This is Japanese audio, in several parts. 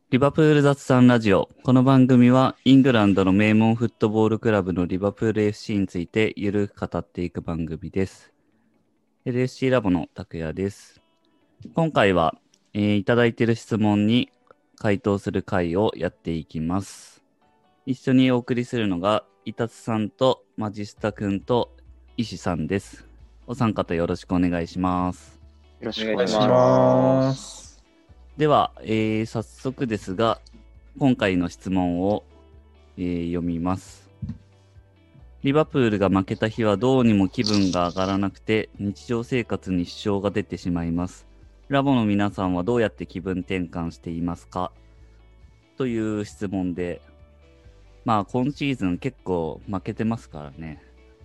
リバプール雑談ラジオ。この番組はイングランドの名門フットボールクラブのリバプール FC についてゆるく語っていく番組です。LSC ラボの拓也です。今回は、いただいている質問に回答する回をやっていきます。一緒にお送りするのがイタツさんとマジスタくんと石さんです。お三方よろしくお願いします。 よろしくお願いします。 では、早速ですが、今回の質問を、読みます。リバプールが負けた日はどうにも気分が上がらなくて、日常生活に支障が出てしまいます。ラボの皆さんはどうやって気分転換していますか？という質問で、まあ今シーズン結構負けてますからね。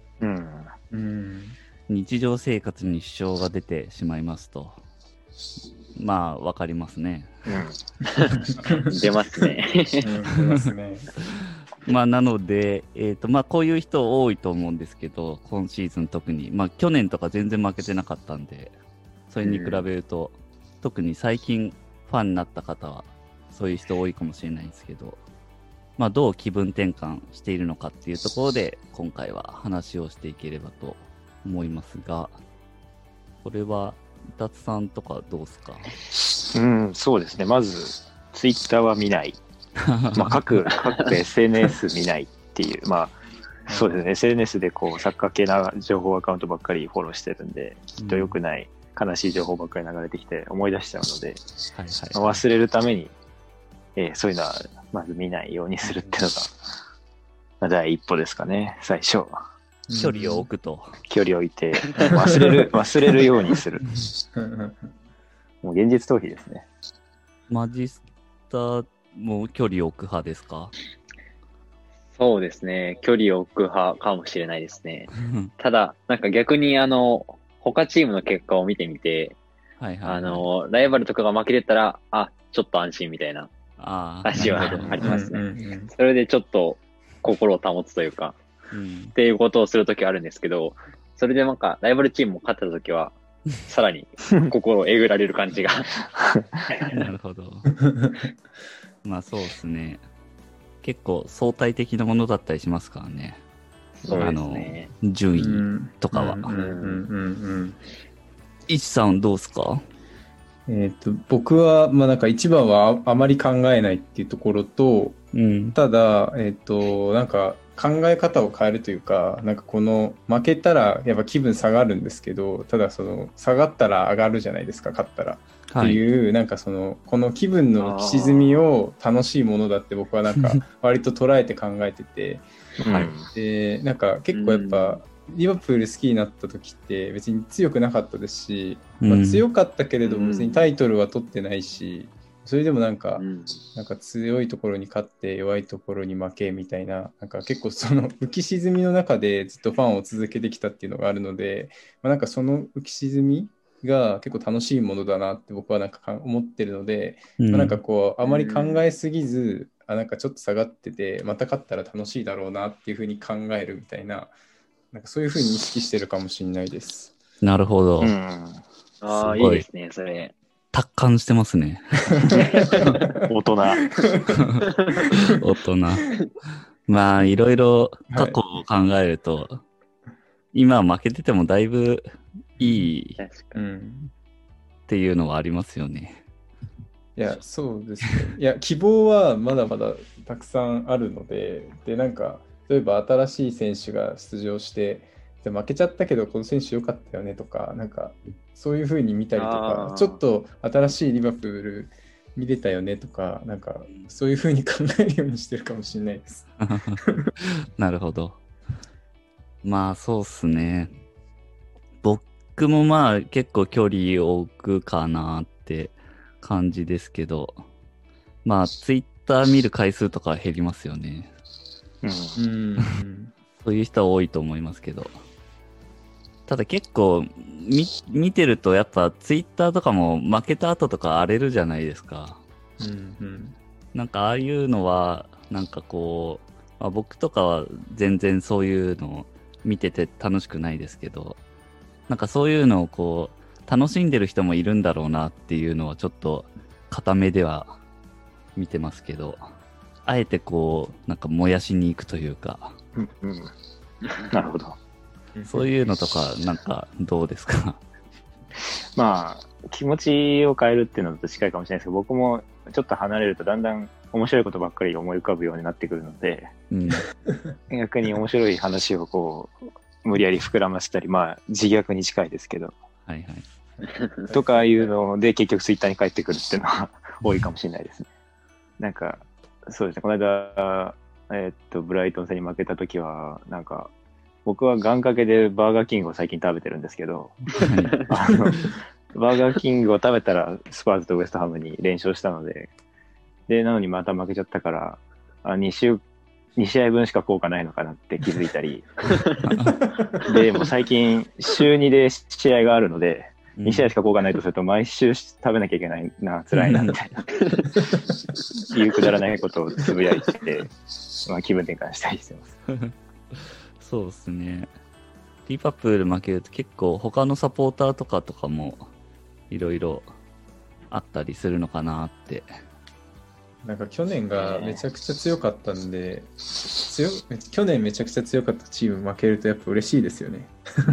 日常生活に支障が出てしまいますと。まあわかりますね。 出ますね。 出ますね。 まあなので、まあこういう人多いと思うんですけど、今シーズン特に、まあ去年とか全然負けてなかったんで、それに比べると、特に最近ファンになった方は、そういう人多いかもしれないんですけど、まあどう気分転換しているのかっていうところで、今回は話をしていければと思いますが、これは、イタツさんとかどうですか？ そうですね。まず、ツイッターは見ない。まあ、各 SNS 見ないっていう、まあ、そうですね。SNS でこう、サッカー系な情報アカウントばっかりフォローしてるんで、きっと良くない、悲しい情報ばっかり流れてきて思い出しちゃうので、まあ、忘れるために、そういうのはまず見ないようにするっていうのが、まあ、第一歩ですかね、最初。 距離を置くと。 距離を置いて、忘れるようにする。もう現実逃避ですね。 マジスタも距離を置く派ですか？ そうですね。距離を置く派かもしれないですね。ただ、なんか逆に他チームの結果を見てみて、 はいはいはい、 ライバルとかが負けてたら、ちょっと安心みたいな話はありますね。それでちょっと心を保つというか、っていうことをするときはあるんですけど、それでなんかライバルチームも勝ったときは、さらに心をえぐられる感じが。 なるほど。まあそうですね。結構相対的なものだったりしますからね。 そうですね。 順位とかは。石さんどうですか？ 僕は、まあなんか一番はあまり考えないっていうところと、ただ、なんか考え方を変えるというか、なんかこの負けたらやっぱ気分下がるんですけど、ただその下がったら上がるじゃないですか、勝ったら。っていう、なんかこの気分の浮き沈みを楽しいものだって僕はなんか割と捉えて考えてて、で、なんか結構やっぱ、リバプール好きになった時って別に強くなかったですし、まあ、強かったけれども別にタイトルは取ってないし、それでもなんか強いところに勝って弱いところに負けみたいな、なんか結構その浮き沈みの中でずっとファンを続けてきたっていうのがあるので、まあ、なんかその浮き沈みが結構楽しいものだなって僕はなんか思ってるので、まあ、なんかこうあまり考えすぎず、なんかちょっと下がっててまた勝ったら楽しいだろうなっていうふうに考えるみたいな、なんかそういうふうに意識してるかもしれないです。 なるほど。 いいですね、それ。 達観してますね。 大人。 大人。まあ、いろいろ過去を考えると、今負けててもだいぶいいっていうのはありますよね。 いや、そうですね。いや、希望はまだまだたくさんあるので、で、なんか、例えば新しい選手が出場して、で負けちゃったけど、この選手良かったよねとか、なんか、そういう風に見たりとか、ちょっと新しいリバプール見れたよねとか、なんか、そういう風に考えるようにしてるかもしれないです。 なるほど。まあ、そうっすね。僕もまあ、結構距離を置くかなって感じですけど、まあ、ツイッター見る回数とか減りますよね。そういう人は多いと思いますけど。ただ結構見てるとやっぱツイッターとかも負けた後とか荒れるじゃないですか。なんかああいうのはなんかこう、まあ、僕とかは全然そういうの見てて楽しくないですけど、なんかそういうのをこう楽しんでる人もいるんだろうなっていうのはちょっと固めでは見てますけど、あえてこうなんか燃やしに行くというか、 なるほど。 そういうのとかなんかどうですか？ まあ気持ちを変えるっていうのと近いかもしれないですけど、僕もちょっと離れるとだんだん面白いことばっかり思い浮かぶようになってくるので、逆に面白い話をこう無理やり膨らませたり、まあ自虐に近いですけど、 はいはい、 とかいうので結局ツイッターに帰ってくるっていうのは多いかもしれないですね。なんかそうですね、この間ブライトン戦に負けた時はなんか僕は願掛けでバーガーキングを最近食べてるんですけどバーガーキングを食べたらスパーズとウエストハムに連勝したので、なのにまた負けちゃったから2試合分しか効果ないのかなって気づいたりでもう最近週2で試合があるので2試合しか効果ないとすると毎週食べなきゃいけないな、辛いなみたいないうくだらないことをつぶやいて、まあ、気分転換したりしてますそうですね。リバプール負けると結構他のサポーターとかもいろいろあったりするのかなって。 なんか去年がめちゃくちゃ強かったんで、去年めちゃくちゃ強かったチーム負けるとやっぱ嬉しいですよね。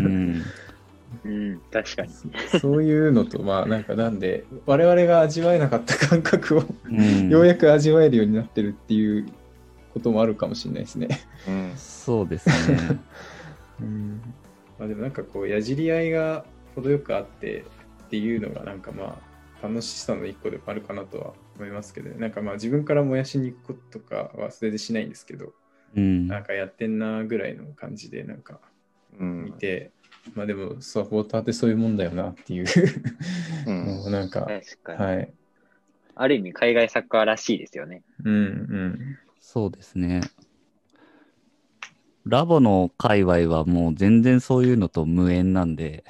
確かに。 そういうのと、まあなんで我々が味わえなかった感覚をようやく味わえるようになってるっていうこともあるかもしれないですね。 そうですね。 まあでもなんかこう矢尻合いが程よくあってっていうのがなんかまあ楽しさの一個でもあるかなとは思いますけど、なんかまあ自分から燃やしに行くこととかはそれでしないんですけど、なんかやってんなぐらいの感じでなんか見て、まあでもサポーターってそういうもんだよなっていうもうなんか、はい、 ある意味海外サッカーらしいですよね。 そうですね。ラボの界隈はもう全然そういうのと無縁なんで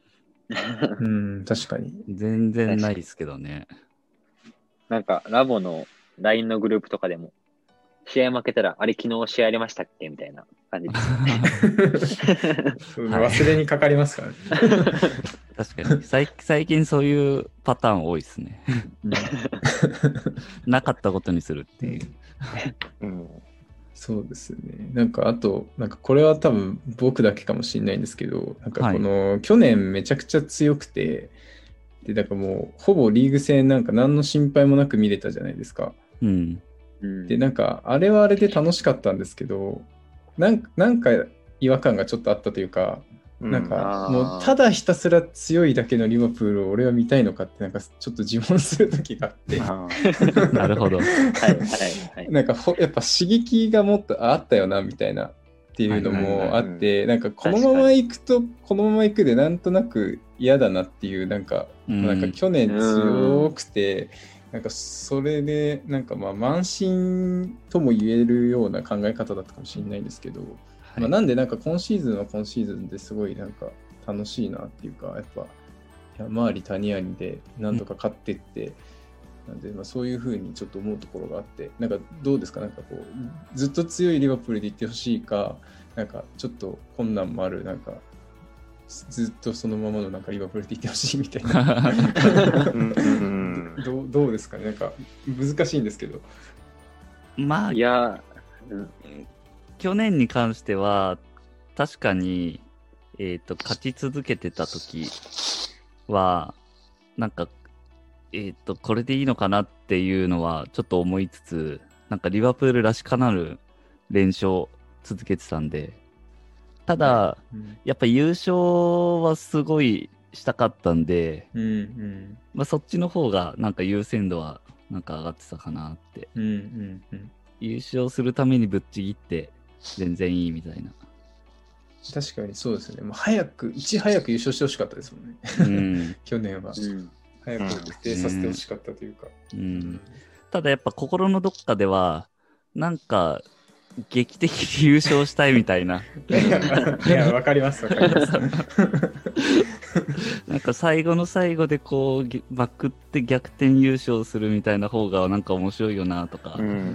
確かに全然ないですけどね。 なんかラボの LINE のグループとかでも試合負けたらあれ昨日試合ありましたっけみたいな感じです忘れにかかりますからね確かに最近そういうパターン多いですねなかったことにするっていう、 そうですね。なんかあとなんかこれは多分僕だけかもしれないんですけど、なんかこの去年めちゃくちゃ強くて、でだからもうほぼリーグ戦なんか何の心配もなく見れたじゃないですか。でなんかあれはあれで楽しかったんですけど、なんか違和感がちょっとあったというか、なんかもうただひたすら強いだけのリバプールを俺は見たいのかってなんかちょっと自問する時があってなるほどなんかやっぱ刺激がもっとあったよなみたいなっていうのもあって、なんかこのまま行くとこのまま行くでなんとなく嫌だなっていうなんか去年強くてなんかそれでなんかまあ慢心とも言えるような考え方だったかもしれないんですけど、まあ、なんでなんか今シーズンは今シーズンですごいなんか楽しいなっていうか、やっぱ山あり谷ありでなんとか勝ってって、なんでまあそういう風にちょっと思うところがあって、なんかどうですか、なんかこうずっと強いリバプールでいってほしいか、なんかちょっと困難もあるなんかずっとそのままのなんかリバプールでいってほしいみたいなどうですかね、なんか難しいんですけど。 まあいや、 去年に関しては確かに、勝ち続けてた時はなんか、これでいいのかなっていうのはちょっと思いつつ、なんかリバプールらしからぬ連勝続けてたんで、ただ、やっぱ優勝はすごいしたかったんで、まあ、そっちの方がなんか優先度はなんか上がってたかなって、優勝するためにぶっちぎって全然いいみたいな。 確かにそうですね。もういち早く優勝してほしかったですもんね。去年は、早く決定させてほしかったというか。 ただやっぱ心のどっかではなんか劇的に優勝したいみたいな。 いやわかりますわかります。 なんか最後の最後でこうバクって逆転優勝するみたいな方がなんか面白いよなとか。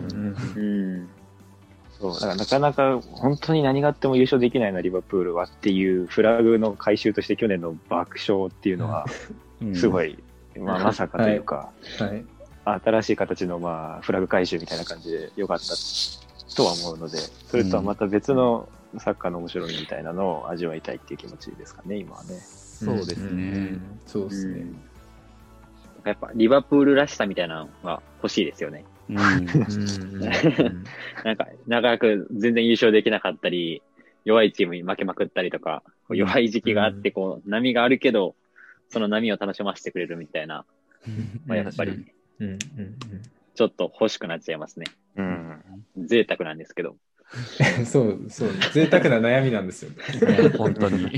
そうだからなかなか本当に何があっても優勝できないなリバプールはっていうフラグの回収として去年の爆笑っていうのはすごい、まさかというか、 新しい形のまあフラグ回収みたいな感じで良かったとは思うので、それとはまた別のサッカーの面白みみたいなのを味わいたいっていう気持ちですかね、今はね。 そうですね。 そうですね。 やっぱリバプールらしさみたいなのが欲しいですよね。なんか長く全然優勝できなかったり、弱いチームに負けまくったりとか、弱い時期があって、こう波があるけど、その波を楽しませてくれるみたいな、まあ、やっぱり、ちょっと欲しくなっちゃいますね。贅沢なんですけど。 そう、贅沢な悩みなんですよね。 本当に。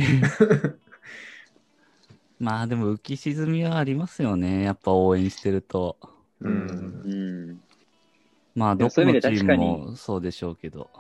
まあでも浮き沈みはありますよね。やっぱ応援してると。まあどこのチームもそうでしょうけど。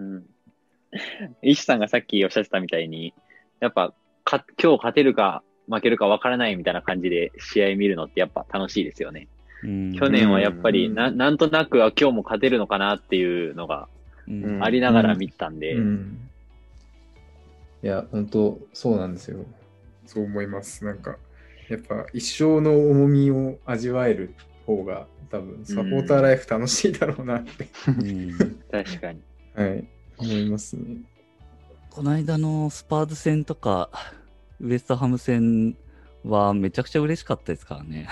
石さんがさっきおっしゃってたみたいに、やっぱ今日勝てるか負けるか分からないみたいな感じで試合見るのってやっぱ楽しいですよね。去年はやっぱりなんとなくは今日も勝てるのかなっていうのがありながら見たんで。 いや、本当そうなんですよ。そう思います。なんか、やっぱ一生の重みを味わえる方が多分サポーターライフ楽しいだろうなって。 確かに。 はい、思いますね。 この間のスパーズ戦とか、ウエストハム戦はめちゃくちゃ嬉しかったですからね。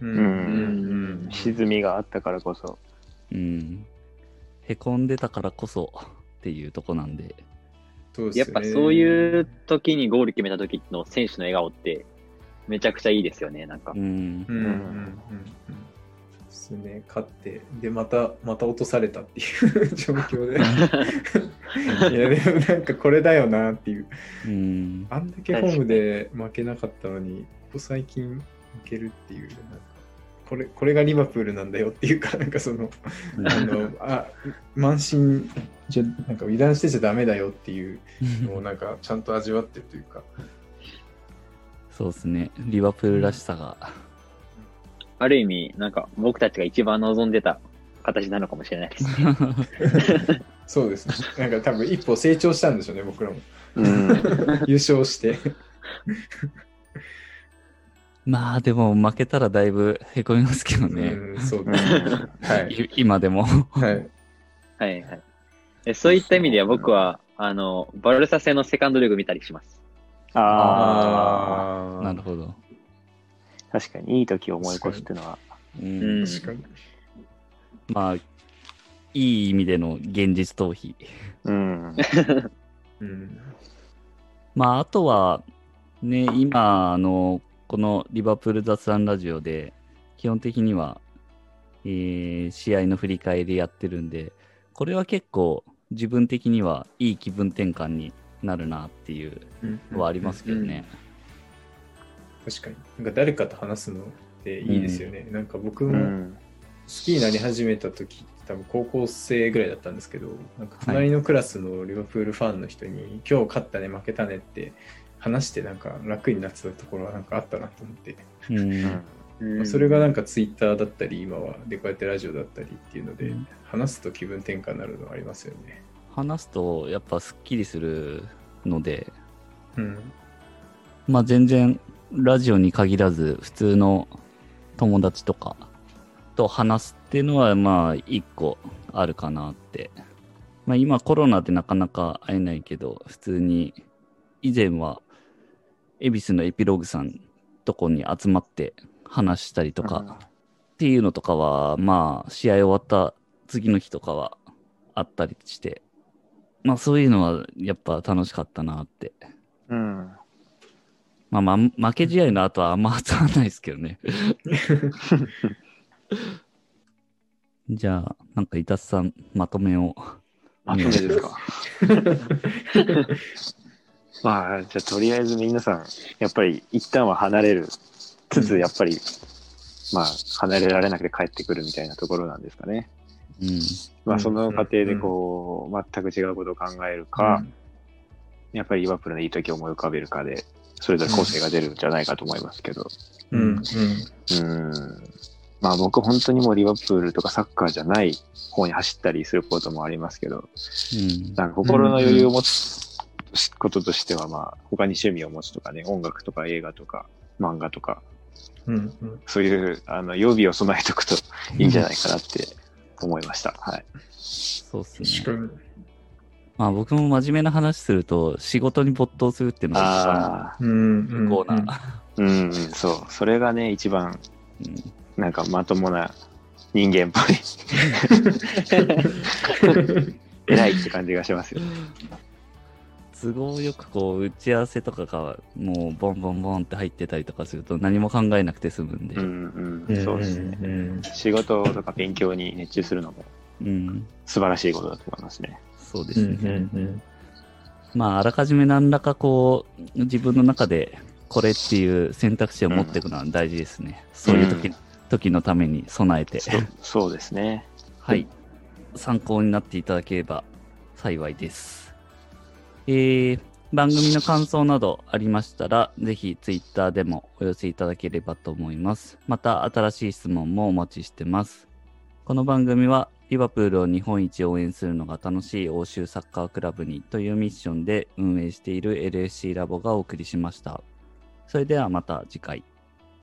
沈みがあったからこそ。 へこんでたからこそっていうとこなんで。 やっぱそういう時にゴール決めた時の選手の笑顔ってめちゃくちゃいいですよね、なんか。 ですね、勝って、で、また落とされたっていう状況で。いや、でもなんかこれだよなっていう。あんだけホームで負けなかったのに、ここ最近負けるっていう、なんかこれがリバプールなんだよっていうか、なんかその、慢心じゃ、なんか油断してちゃダメだよっていうのをなんかちゃんと味わってるというか。 そうですね、リバプールらしさが。 ある意味、なんか僕たちが一番望んでた形なのかもしれないですね。 そうですね。なんか多分一歩成長したんでしょうね、僕らも。優勝して。 まあでも負けたらだいぶへこみますけどね。 そうですね。はい。 今でも。 はいはいはい。そういった意味では僕は、バルサ戦のセカンドリーグ見たりします。 なるほど。 確かにいい時を思い越すっていうのは。 確かに。 まあ、いい意味での現実逃避。まあ、あとは、ね、今このリバプール雑談ラジオで、基本的には、試合の振り返りやってるんで、これは結構自分的にはいい気分転換になるなっていうのはありますけどね。 確かに。なんか誰かと話すのっていいですよね。なんか僕も好きになり始めた時って多分高校生ぐらいだったんですけど、なんか隣のクラスのリバプールファンの人に、今日勝ったね負けたねって話してなんか楽になってたところはなんかあったなと思って。それがなんかツイッターだったり今はでこうやってラジオだったりっていうので、話すと気分転換になるのはありますよね。 話すとやっぱすっきりするので、まあ全然ラジオに限らず普通の友達とかと話すっていうのはまあ一個あるかなって。まあ今コロナでなかなか会えないけど、普通に以前は恵比寿のエピローグさんとこに集まって話したりとかっていうのとかは、まあ試合終わった次の日とかはあったりして、まあそういうのはやっぱ楽しかったなって。まあ負け試合の後はあんま集まらないですけどね。じゃあ、なんか伊達さん、まとめを。 まとめですか。まあ、じゃあとりあえず皆さん、やっぱり一旦は離れるつつ、やっぱり、まあ、離れられなくて帰ってくるみたいなところなんですかね。まあ、その過程でこう、全く違うことを考えるか、やっぱりリバプールのいい時を思い浮かべるかで、それぞれ個性が出るんじゃないかと思いますけど。まあ僕本当にもうリバプールとかサッカーじゃない方に走ったりすることもありますけど、なんか心の余裕を持つこととしては、まあ他に趣味を持つとかね、音楽とか映画とか漫画とか、 そういう予備を備えておくといいんじゃないかなって思いました。はい。 そうですね。まあ僕も真面目な話すると仕事に没頭するっていうのが一番不幸な。 そう。それがね、一番、なんかまともな人間っぽい。偉いって感じがしますよ。 都合よくこう打ち合わせとかがもうボンボンボンって入ってたりとかすると何も考えなくて済むんで。 そうですね。仕事とか勉強に熱中するのも素晴らしいことだと思いますね。 そうですね。まああらかじめ何らかこう自分の中でこれっていう選択肢を持っていくのは大事ですね。そういう時のために備えて。 そうですね。 はい。参考になっていただければ幸いです。番組の感想などありましたら、ぜひツイッターでもお寄せいただければと思います。また新しい質問もお待ちしてます。この番組はリバプールを日本一応援するのが楽しい欧州サッカークラブにというミッションで運営している LSC ラボがお送りしました。それではまた次回。